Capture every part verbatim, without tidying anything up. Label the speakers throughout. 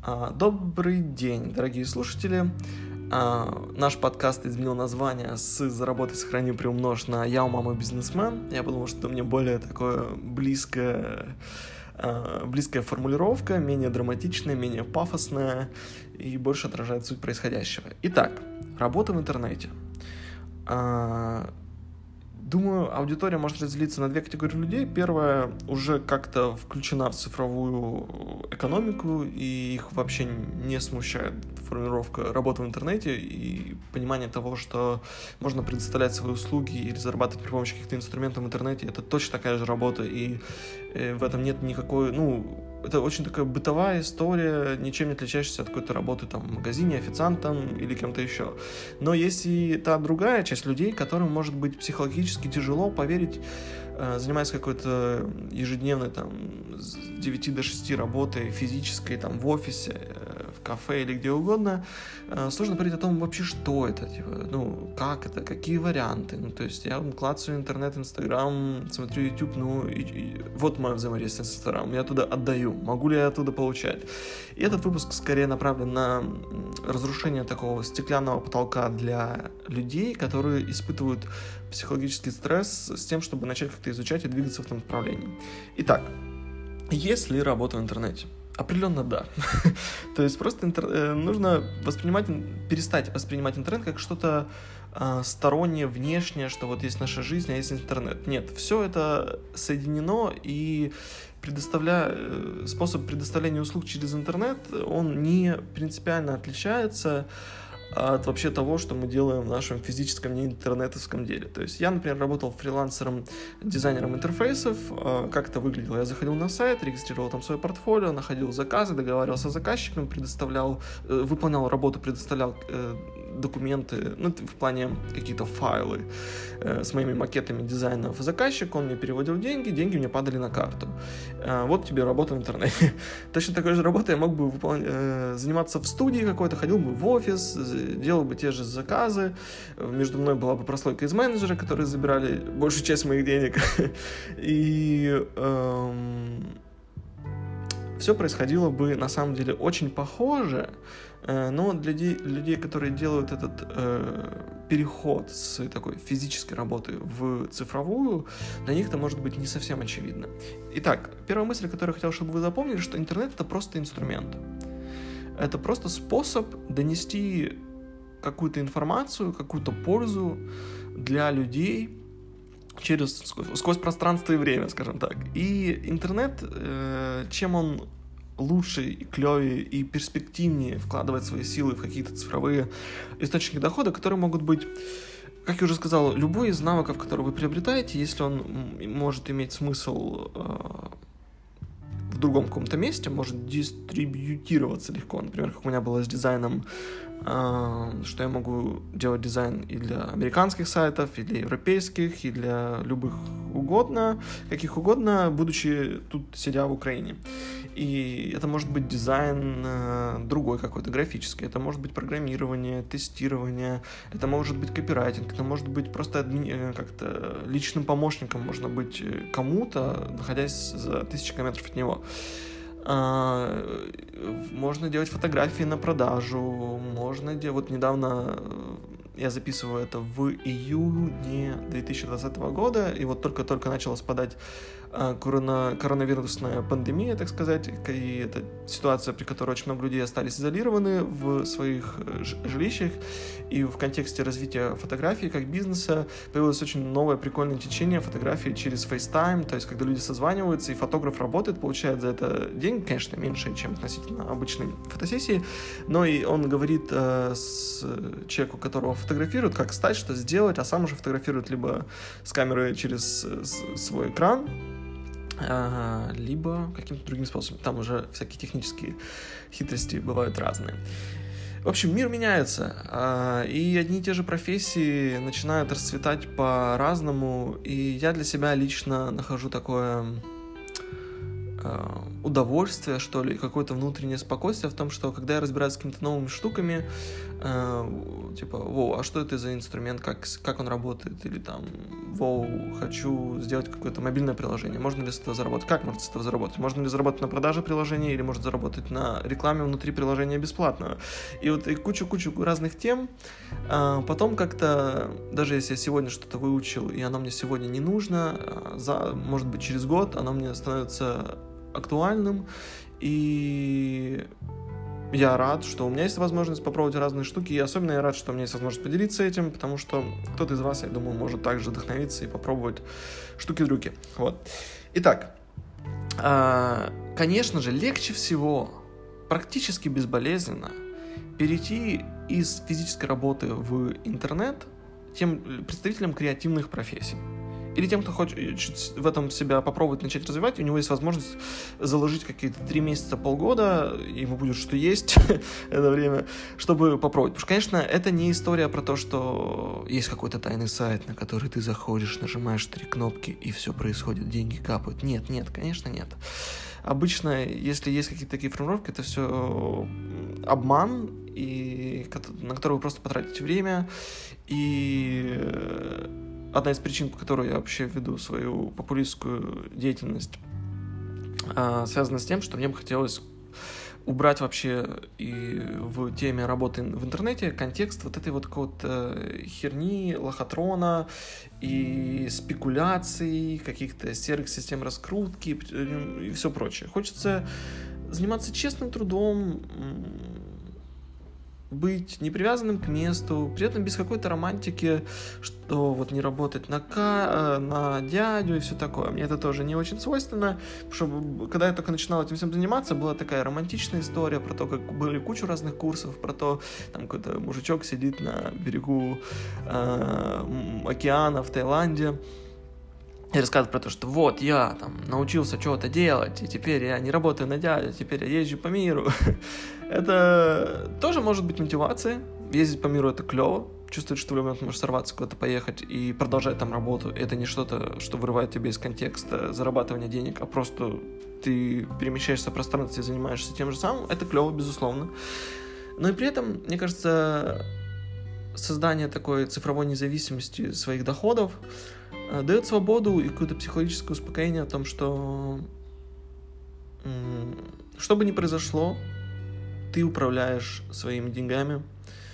Speaker 1: А, Добрый день, дорогие слушатели. А, Наш подкаст изменил название с «Заработай, сохрани, приумножь» на «Я у мамы бизнесмен». Я подумал, что мне более такое близкое, а, близкая формулировка, менее драматичная, менее пафосная и больше отражает суть происходящего. Итак, работа в интернете. А, Думаю, аудитория может разделиться на две категории людей. Первая уже как-то включена в цифровую экономику, и их вообще не смущает формулировка работы в интернете и понимание того, что можно предоставлять свои услуги или зарабатывать при помощи каких-то инструментов в интернете. Это точно такая же работа, и в этом нет никакой... ну это очень такая бытовая история, ничем не отличающаяся от какой-то работы там, в магазине, официантом или кем-то еще. Но есть и та другая часть людей, которым может быть психологически тяжело поверить, занимаясь какой-то ежедневной там, с девяти до шести работой физической там, в офисе, в кафе или где угодно, сложно говорить о том вообще, что это, типа, ну, как это, какие варианты. Ну, то есть я клацаю интернет, инстаграм, смотрю YouTube, ну, и, и, вот мое взаимодействие с инстаграмом, я туда отдаю. Могу ли я оттуда получать? И этот выпуск скорее направлен на разрушение такого стеклянного потолка для людей, которые испытывают психологический стресс с тем, чтобы начать как-то изучать и двигаться в этом направлении. Итак, есть ли работа в интернете? Определенно да. То есть просто интер... нужно воспринимать, перестать воспринимать интернет как что-то э, стороннее, внешнее, что вот есть наша жизнь, а есть интернет. Нет, все это соединено, и предоставля... способ предоставления услуг через интернет, он не принципиально отличается от вообще того, что мы делаем в нашем физическом, не интернетовском деле. То есть я, например, работал фрилансером, дизайнером интерфейсов. Как это выглядело? Я заходил на сайт, регистрировал там свое портфолио, находил заказы, договаривался с заказчиком, предоставлял, выполнял работу, предоставлял документы, ну, в плане какие-то файлы с моими макетами дизайнов заказчик, он мне переводил деньги, деньги мне падали на карту. Вот тебе работа в интернете. Точно такой же работой я мог бы выполнять, заниматься в студии какой-то, ходил бы в офис, делал бы те же заказы, между мной была бы прослойка из менеджера, которые забирали большую часть моих денег, и эм, все происходило бы на самом деле очень похоже, э, но для людей, людей, которые делают этот э, переход с такой физической работы в цифровую, для них это может быть не совсем очевидно. Итак, первая мысль, которую я хотел, чтобы вы запомнили, что интернет — это просто инструмент. Это просто способ донести какую-то информацию, какую-то пользу для людей через, сквозь пространство и время, скажем так. И интернет, э, чем он лучше и клевее и перспективнее вкладывать свои силы в какие-то цифровые источники дохода, которые могут быть, как я уже сказал, любой из навыков, которые вы приобретаете, если он может иметь смысл э, в другом каком-то месте, может дистрибьютироваться легко. Например, как у меня было с дизайном, что я могу делать дизайн и для американских сайтов, и для европейских, и для любых угодно, каких угодно, будучи тут, сидя в Украине. И это может быть дизайн другой какой-то, графический, это может быть программирование, тестирование, это может быть копирайтинг, это может быть просто адми... как-то личным помощником, можно быть кому-то, находясь за тысячи километров от него. Можно делать фотографии на продажу, можно делать... Вот недавно я записываю это в июне две тысячи двадцатого года, и вот только-только начала спадать корона... коронавирусная пандемия, так сказать, и это ситуация, при которой очень много людей остались изолированы в своих жилищах, и в контексте развития фотографии как бизнеса появилось очень новое прикольное течение фотографии через FaceTime, то есть когда люди созваниваются, и фотограф работает, получает за это деньги, конечно, меньше, чем относительно обычной фотосессии, но и он говорит э, с человеку, которого фотографируют, как стать, что сделать, а сам уже фотографирует либо с камеры через свой экран, либо каким-то другим способом. Там уже всякие технические хитрости бывают разные. В общем, мир меняется, и одни и те же профессии начинают расцветать по-разному, и я для себя лично нахожу такое удовольствие, что ли, какое-то внутреннее спокойствие в том, что когда я разбираюсь с какими-то новыми штуками, э, типа, воу, а что это за инструмент, как, как он работает, или там, воу, хочу сделать какое-то мобильное приложение, можно ли с этого заработать, как можно с этого заработать, можно ли заработать на продаже приложения, или можно заработать на рекламе внутри приложения бесплатно, и вот и кучу-кучу разных тем, а потом как-то, даже если я сегодня что-то выучил, и оно мне сегодня не нужно, за, может быть, через год оно мне становится актуальным, и я рад, что у меня есть возможность попробовать разные штуки, и особенно я рад, что у меня есть возможность поделиться этим, потому что кто-то из вас, я думаю, может также вдохновиться и попробовать штуки-дрюки. Вот. Итак, конечно же, легче всего, практически безболезненно перейти из физической работы в интернет тем представителям креативных профессий. Или тем, кто хочет в этом себя попробовать начать развивать, у него есть возможность заложить какие-то три месяца, полгода, ему будет что есть это время, чтобы попробовать. Потому что, конечно, это не история про то, что есть какой-то тайный сайт, на который ты заходишь, нажимаешь три кнопки, и все происходит, деньги капают. Нет, нет, конечно, нет. Обычно, если есть какие-то такие формулировки, это все обман, и, на который вы просто потратите время, и одна из причин, по которой я вообще веду свою популистскую деятельность, связана с тем, что мне бы хотелось убрать вообще и в теме работы в интернете контекст вот этой вот какой-то херни, лохотрона и спекуляций, каких-то серых систем раскрутки и все прочее. Хочется заниматься честным трудом, быть не привязанным к месту, при этом без какой-то романтики, что вот не работать на, ка- на дядю и все такое. Мне это тоже не очень свойственно, потому что когда я только начинал этим всем заниматься, была такая романтичная история про то, как были кучу разных курсов, про то, там какой-то мужичок сидит на берегу э, океана в Таиланде и рассказывает про то, что вот я там научился что-то делать, и теперь я не работаю на дядю, теперь я езжу по миру. Это тоже может быть мотивацией. Ездить по миру — это клево. Чувствовать, что в любой момент можешь сорваться, куда-то поехать и продолжать там работу. Это не что-то, что вырывает тебя из контекста зарабатывания денег, а просто ты перемещаешься в пространстве и занимаешься тем же самым. Это клево, безусловно. Но и при этом, мне кажется, создание такой цифровой независимости своих доходов дает свободу и какое-то психологическое успокоение о том, что что бы ни произошло, ты управляешь своими деньгами.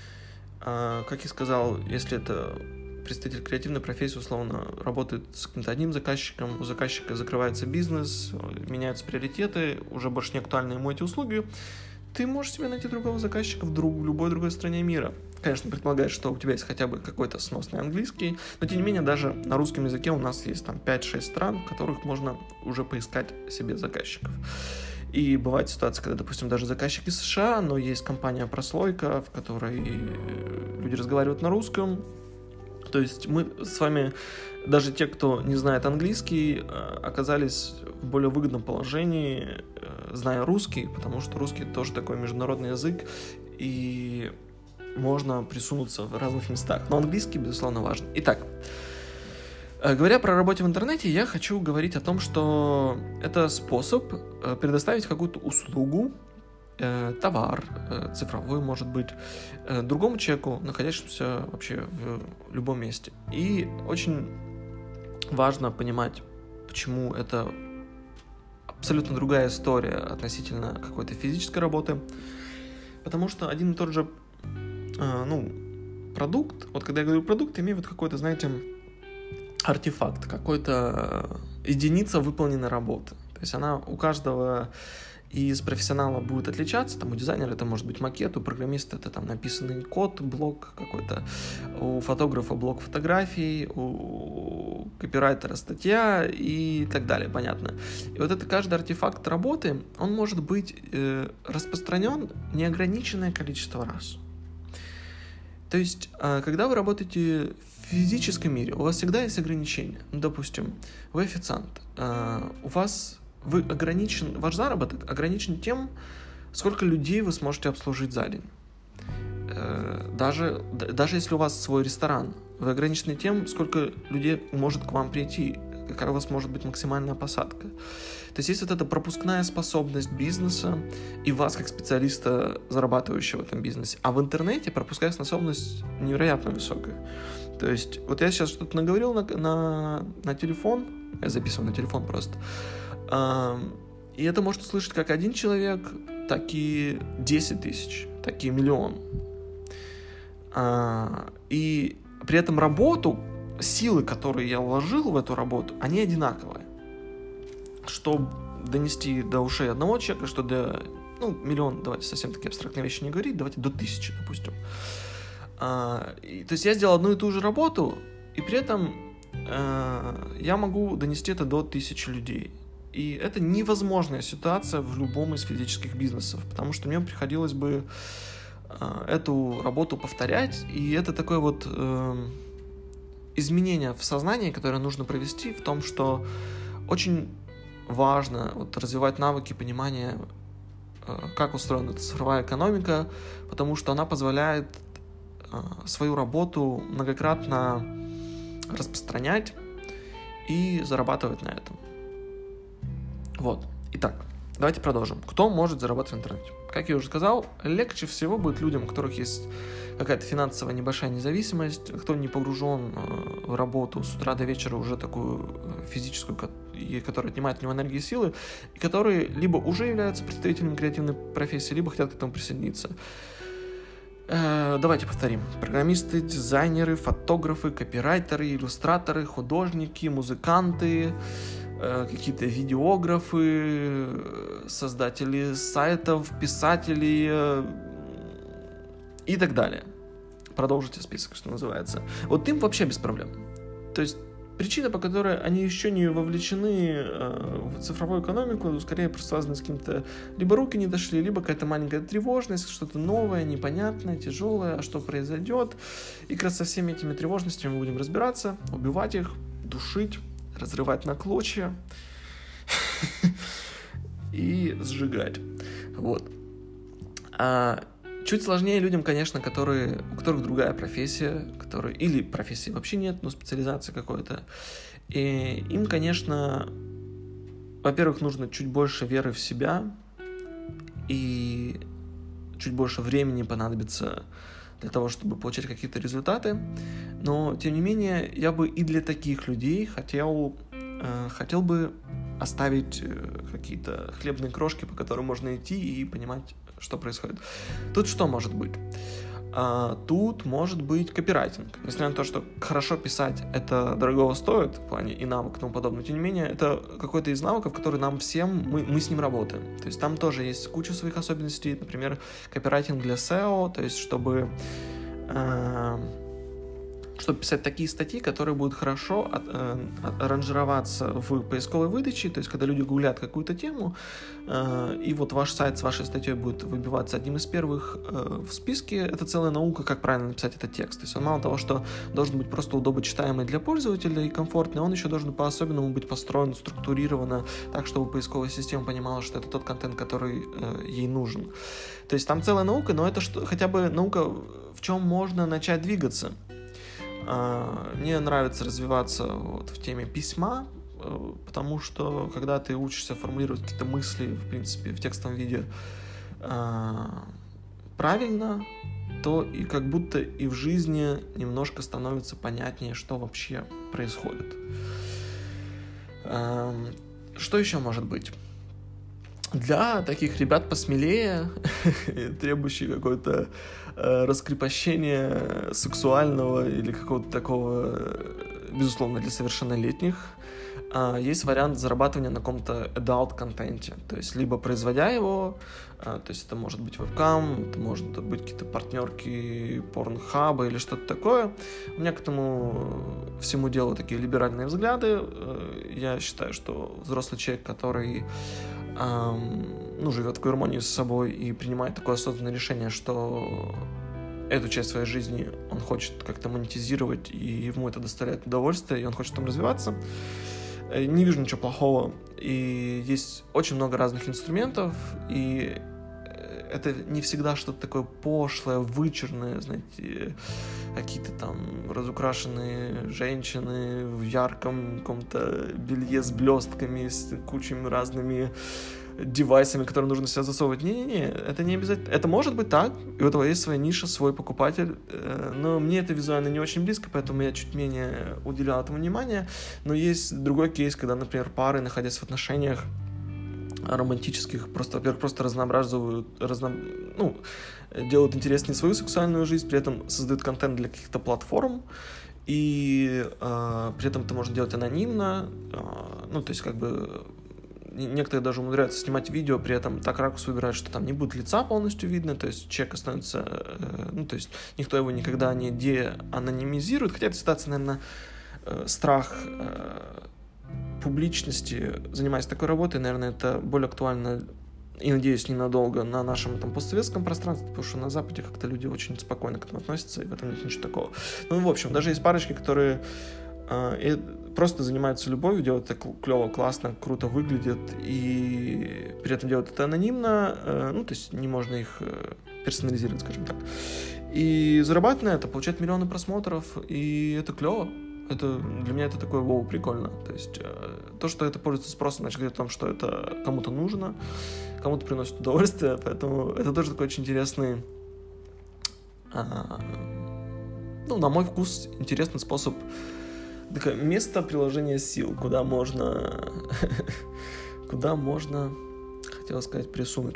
Speaker 1: Как я сказал, если это представитель креативной профессии, условно, работает с каким-то одним заказчиком, у заказчика закрывается бизнес, меняются приоритеты, уже больше не актуальны ему эти услуги, ты можешь себе найти другого заказчика в, друг, в любой другой стране мира. Конечно, предполагает, что у тебя есть хотя бы какой-то сносный английский, но тем не менее даже на русском языке у нас есть там пять-шесть стран, в которых можно уже поискать себе заказчиков. И бывает ситуация, когда, допустим, даже заказчик из США, но есть компания «Прослойка», в которой люди разговаривают на русском. То есть мы с вами, даже те, кто не знает английский, оказались в более выгодном положении, зная русский, потому что русский тоже такой международный язык, и можно присунуться в разных местах. Но английский, безусловно, важен. Итак, говоря про работу в интернете, я хочу говорить о том, что это способ предоставить какую-то услугу, товар цифровой, может быть, другому человеку, находящемуся вообще в любом месте. И очень важно понимать, почему это абсолютно другая история относительно какой-то физической работы, потому что один и тот же ну, продукт, вот когда я говорю продукт, я имею в виду какой-то, знаете, артефакт, какой-то единица выполненной работы. То есть она у каждого из профессионала будет отличаться. Там у дизайнера это может быть макет, у программиста это там написанный код, блок какой-то, у фотографа блок фотографий, у копирайтера статья и так далее, понятно. И вот это каждый артефакт работы, он может быть э, распространен неограниченное количество раз. То есть, э, когда вы работаете в физическом мире, у вас всегда есть ограничения. Ну, допустим, вы официант, э, у вас Вы ограничен, ваш заработок ограничен тем, сколько людей вы сможете обслужить за день. Даже, даже если у вас свой ресторан, вы ограничены тем, сколько людей может к вам прийти, какая у вас может быть максимальная посадка. То есть есть вот эта пропускная способность бизнеса и вас как специалиста, зарабатывающего в этом бизнесе. А в интернете пропускная способность невероятно высокая. То есть вот я сейчас что-то наговорил на, на, на телефон, я записываю на телефон просто, и это может услышать как один человек, так и десять тысяч, так и миллион. И при этом работу, силы, которые я вложил в эту работу, они одинаковые. Что донести до ушей одного человека, что до, ну, миллион, давайте совсем такие абстрактные вещи не говорить, давайте до тысячи, допустим. А, и, то есть я сделал одну и ту же работу, и при этом а, я могу донести это до тысячи людей. И это невозможная ситуация в любом из физических бизнесов, потому что мне приходилось бы а, эту работу повторять, и это такое вот а, изменение в сознании, которое нужно провести, в том, что очень важно вот, развивать навыки понимания, как устроена цифровая экономика, потому что она позволяет свою работу многократно распространять и зарабатывать на этом. Вот. Итак, давайте продолжим. Кто может зарабатывать в интернете? Как я уже сказал, легче всего будет людям, у которых есть какая-то финансовая небольшая независимость, кто не погружен в работу с утра до вечера уже такую физическую, которая отнимает у него энергии и силы, и которые либо уже являются представителями креативной профессии, либо хотят к этому присоединиться. Давайте повторим. Программисты, дизайнеры, фотографы, копирайтеры, иллюстраторы, художники, музыканты, какие-то видеографы, создатели сайтов, писатели и так далее. Продолжите список, что называется. Вот им вообще без проблем. То есть причина, по которой они еще не вовлечены в цифровую экономику, скорее просто связана с каким-то... Либо руки не дошли, либо какая-то маленькая тревожность, что-то новое, непонятное, тяжелое, а что произойдет. И как раз со всеми этими тревожностями мы будем разбираться, убивать их, душить, разрывать на клочья и сжигать. Вот. А чуть сложнее людям, конечно, которые, у которых другая профессия, которые, или профессии вообще нет, но специализация какой-то. И им, конечно, во-первых, нужно чуть больше веры в себя, и чуть больше времени понадобится для того, чтобы получать какие-то результаты. Но, тем не менее, я бы и для таких людей хотел, э, хотел бы оставить э, какие-то хлебные крошки, по которым можно идти и понимать, что происходит. Тут что может быть? А, тут может быть копирайтинг. Несмотря на то, что хорошо писать это дорого стоит в плане и навык и тому подобное, тем не менее, это какой-то из навыков, который нам всем, мы, мы с ним работаем. То есть там тоже есть куча своих особенностей, например, копирайтинг для сео, то есть чтобы, э, чтобы писать такие статьи, которые будут хорошо от, э, аранжироваться в поисковой выдаче, то есть когда люди гуглят какую-то тему, э, и вот ваш сайт с вашей статьей будет выбиваться одним из первых э, в списке, это целая наука, как правильно написать этот текст. То есть он мало того, что должен быть просто удобочитаемый для пользователя и комфортный, он еще должен по-особенному быть построен, структурировано так, чтобы поисковая система понимала, что это тот контент, который э, ей нужен. То есть там целая наука, но это что, хотя бы наука, в чем можно начать двигаться. Мне нравится развиваться вот в теме письма, потому что когда ты учишься формулировать какие-то мысли, в принципе, в текстовом виде правильно, то и как будто и в жизни немножко становится понятнее, что вообще происходит. Что еще может быть? Для таких ребят посмелее, требующих какое-то э, раскрепощения сексуального или какого-то такого, безусловно, для совершеннолетних, э, есть вариант зарабатывания на каком-то adult-контенте. То есть, либо производя его, э, то есть это может быть вебкам, это может быть какие-то партнерки порнхаба или что-то такое. У меня к этому всему делу такие либеральные взгляды. Э, я считаю, что взрослый человек, который ну, живет в гармонии с собой и принимает такое осознанное решение, что эту часть своей жизни он хочет как-то монетизировать, и ему это доставляет удовольствие, и он хочет там развиваться. Не вижу ничего плохого. И есть очень много разных инструментов, и это не всегда что-то такое пошлое, вычурное, знаете, какие-то там разукрашенные женщины в ярком каком-то белье с блестками, с кучами разными девайсами, которые нужно себя засовывать. Не-не-не, это не обязательно. Это может быть так, и у этого есть своя ниша, свой покупатель, но мне это визуально не очень близко, поэтому я чуть менее уделял этому внимания. Но есть другой кейс, когда, например, пары, находясь в отношениях романтических, просто, во-первых, просто разнообразуют, разно... ну, делают интереснее свою сексуальную жизнь, при этом создают контент для каких-то платформ, и э, при этом это можно делать анонимно, э, ну, то есть, как бы, некоторые даже умудряются снимать видео, при этом так ракурс выбирают, что там не будет лица полностью видно, то есть человек останется, э, ну, то есть никто его никогда не деанонимизирует, хотя эта ситуация, наверное, э, страх э, публичности, занимаясь такой работой, наверное, это более актуально и, надеюсь, ненадолго на нашем там постсоветском пространстве, потому что на Западе как-то люди очень спокойно к этому относятся, и в этом нет ничего такого. Ну, в общем, даже есть парочки, которые э, просто занимаются любовью, делают это клево, классно, круто выглядит, и при этом делают это анонимно, э, ну, то есть не можно их э, персонализировать, скажем так. И зарабатывать на это, получать миллионы просмотров, и это клево. Это, для меня это такое, воу, прикольно. То есть э, то, что это пользуется спросом, значит, говорит о том, что это кому-то нужно, кому-то приносит удовольствие, поэтому это тоже такой очень интересный, э, ну, на мой вкус, интересный способ, такое место приложения сил, куда можно, куда можно, хотел сказать, присунуть.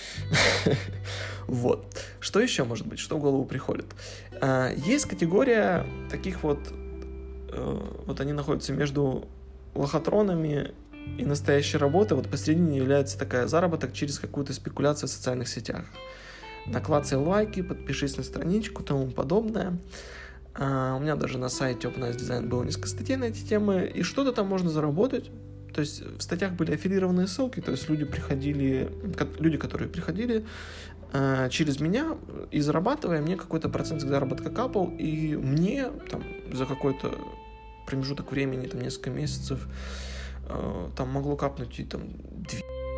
Speaker 1: Вот. Что еще может быть? Что в голову приходит? Есть категория таких вот, вот они находятся между лохотронами и настоящей работой. Вот посередине является такая заработок через какую-то спекуляцию в социальных сетях. Наклацай лайки, подпишись на страничку, тому подобное. Uh, у меня даже на сайте Open Eyes Design было несколько статей на эти темы, и что-то там можно заработать. То есть в статьях были аффилированные ссылки, то есть люди приходили, люди, которые приходили uh, через меня и зарабатывая, мне какой-то процент заработка капал, и мне там за какой-то промежуток времени, там несколько месяцев, uh, там могло капнуть и там две.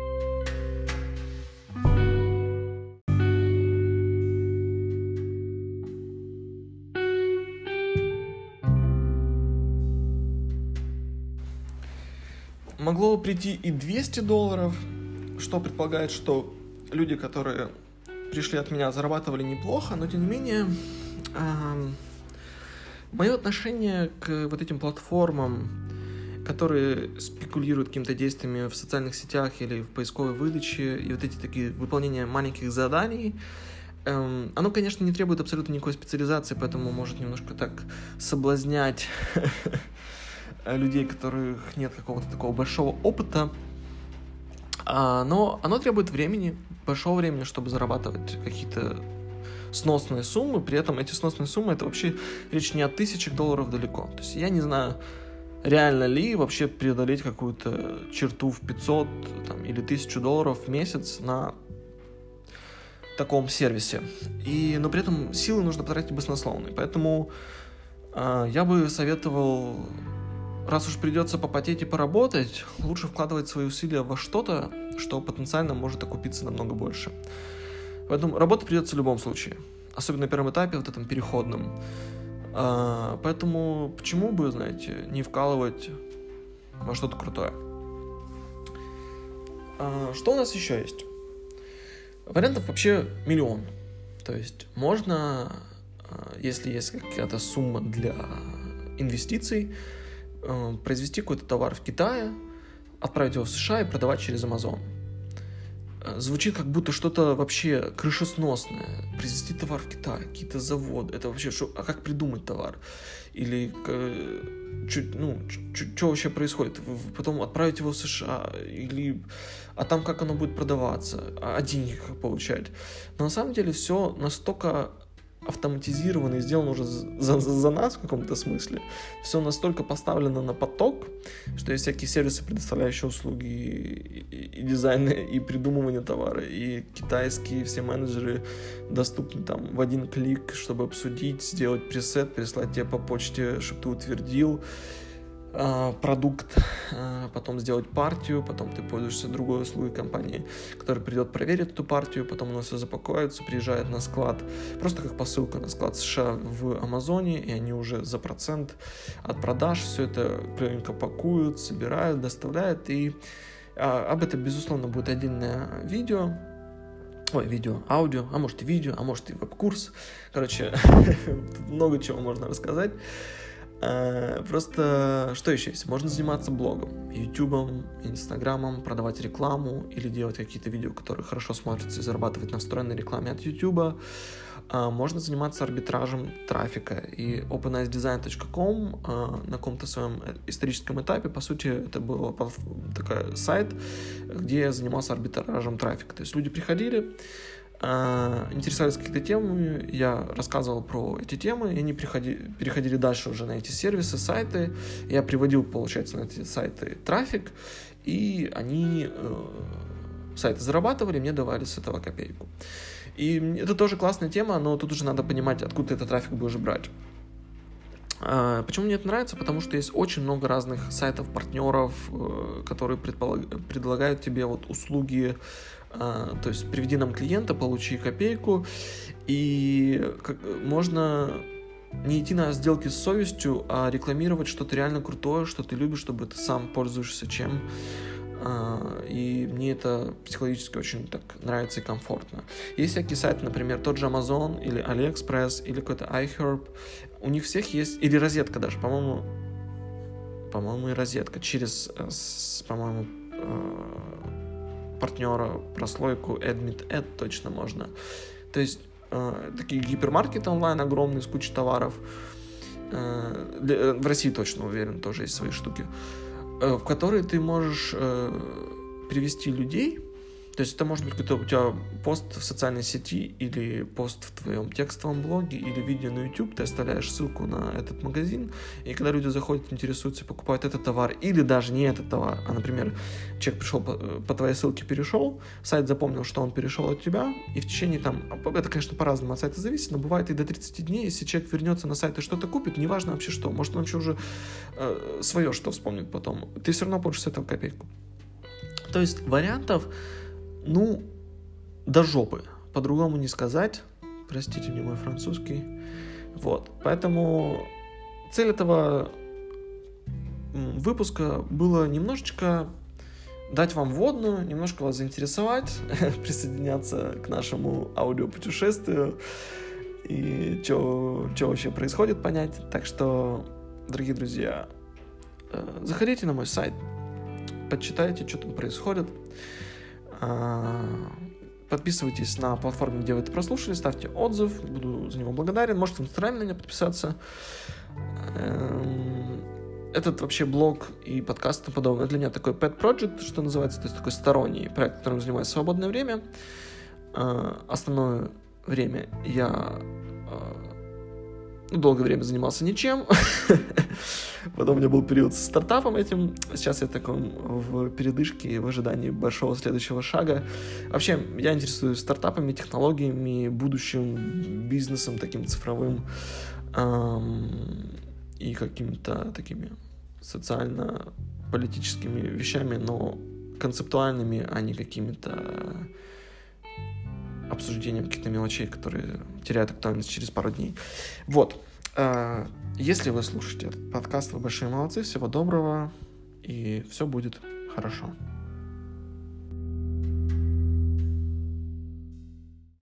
Speaker 1: Могло прийти и двести долларов, что предполагает, что люди, которые пришли от меня, зарабатывали неплохо, но тем не менее, э, мое отношение к вот этим платформам, которые спекулируют какими-то действиями в социальных сетях или в поисковой выдаче, и вот эти такие выполнения маленьких заданий, э, оно, конечно, не требует абсолютно никакой специализации, поэтому может немножко так соблазнять людей, у которых нет какого-то такого большого опыта, а, но оно требует времени, большого времени, чтобы зарабатывать какие-то сносные суммы, при этом эти сносные суммы, это вообще речь не о тысячах долларов далеко, то есть я не знаю, реально ли вообще преодолеть какую-то черту в пятьсот там, или тысячу долларов в месяц на таком сервисе, и, но при этом силы нужно потратить баснословные, поэтому а, я бы советовал, раз уж придется попотеть и поработать, лучше вкладывать свои усилия во что-то, что потенциально может окупиться намного больше. Поэтому работать придется в любом случае, особенно на первом этапе, вот этом переходном. А, поэтому почему бы, знаете, не вкалывать во что-то крутое? А, что у нас еще есть? Вариантов вообще миллион. То есть можно, если есть какая-то сумма для инвестиций, произвести какой-то товар в Китае, отправить его в США и продавать через Amazon. Звучит как будто что-то вообще крышесносное. Произвести товар в Китае, какие-то заводы. Это вообще что? А как придумать товар? Или чуть, ну, что вообще происходит? Потом отправить его в США, или а там как оно будет продаваться, а деньги как получать. Но на самом деле все настолько автоматизировано и сделано уже за, за, за нас в каком-то смысле. Все настолько поставлено на поток, что есть всякие сервисы, предоставляющие услуги и, и, и дизайна, и придумывания товара, и китайские все менеджеры доступны там в один клик, чтобы обсудить, сделать пресет, прислать тебе по почте, чтобы ты утвердил. продукт, потом сделать партию, потом ты пользуешься другой услугой компании, которая придет проверить эту партию, потом оно все запаковывается, приезжает на склад, просто как посылка на склад США в Амазоне, и они уже за процент от продаж все это клевенько пакуют, собирают, доставляют, и а, об этом, безусловно, будет отдельное видео, ой, видео, аудио, а может и видео, а может и веб-курс, короче, тут много чего можно рассказать. Просто что еще есть? Можно заниматься блогом, ютубом, инстаграмом, продавать рекламу или делать какие-то видео, которые хорошо смотрятся и зарабатывать на встроенной рекламе от ютуба. Можно заниматься арбитражем трафика. И open eyes design точка com на каком-то своем историческом этапе, по сути, это был такой сайт, где я занимался арбитражем трафика. То есть люди приходили, интересовались какими-то темами, я рассказывал про эти темы, и они приходили, переходили дальше уже на эти сервисы, сайты. Я приводил, получается, на эти сайты трафик, и они э, сайты зарабатывали, мне давали с этого копейку. И это тоже классная тема, но тут уже надо понимать, откуда ты этот трафик будешь брать. А, почему мне это нравится? Потому что есть очень много разных сайтов, партнеров, э, которые предполаг... предлагают тебе вот услуги. То есть приведи нам клиента, получи копейку, и можно не идти на сделки с совестью, а рекламировать что-то реально крутое, что ты любишь, чтобы ты сам пользуешься чем. И мне это психологически очень так нравится и комфортно. Есть всякие сайты, например, тот же Amazon или AliExpress или какой-то iHerb. У них всех есть, или розетка даже, по-моему, по-моему, и розетка через, по-моему, партнера прослойку AdmitAd точно можно. То есть э, такие гипермаркеты онлайн огромные с кучей товаров. Э, для, в России точно уверен, тоже есть свои штуки, э, в которые ты можешь э, привести людей. То есть это может быть какой-то у тебя пост в социальной сети или пост в твоем текстовом блоге или видео на YouTube, ты оставляешь ссылку на этот магазин, и когда люди заходят, интересуются, покупают этот товар или даже не этот товар, а, например, человек пришел по, по твоей ссылке, перешел, сайт запомнил, что он перешел от тебя, и в течение там, это, конечно, по-разному от сайта зависит, но бывает и до тридцати дней, если человек вернется на сайт и что-то купит, неважно вообще что, может он вообще уже э, свое что вспомнит потом, ты все равно получишь с этого копейку. То есть вариантов ну, до жопы. По-другому не сказать. Простите мне мой французский. Вот. Поэтому цель этого выпуска было немножечко дать вам вводную, немножко вас заинтересовать, присоединяться к нашему аудиопутешествию и что вообще происходит, понять. Так что, дорогие друзья, заходите на мой сайт, почитайте, что там происходит. Подписывайтесь на платформе, где вы это прослушали, ставьте отзыв, буду за него благодарен. Можете в Инстаграме на меня подписаться. Этот вообще блог и подкаст и тому подобное для меня такой pet project, что называется, то есть такой сторонний проект, которым занимаюсь в свободное время. Основное время я долгое время занимался ничем. Потом у меня был период с стартапом этим. Сейчас я такой в передышке, в ожидании большого следующего шага. Вообще, я интересуюсь стартапами, технологиями, будущим бизнесом таким цифровым эм, и какими-то такими социально-политическими вещами, но концептуальными, а не какими-то обсуждением каких-то мелочей, которые теряют актуальность через пару дней. Вот. Если вы слушаете этот подкаст, вы большие молодцы, всего доброго, и все будет хорошо.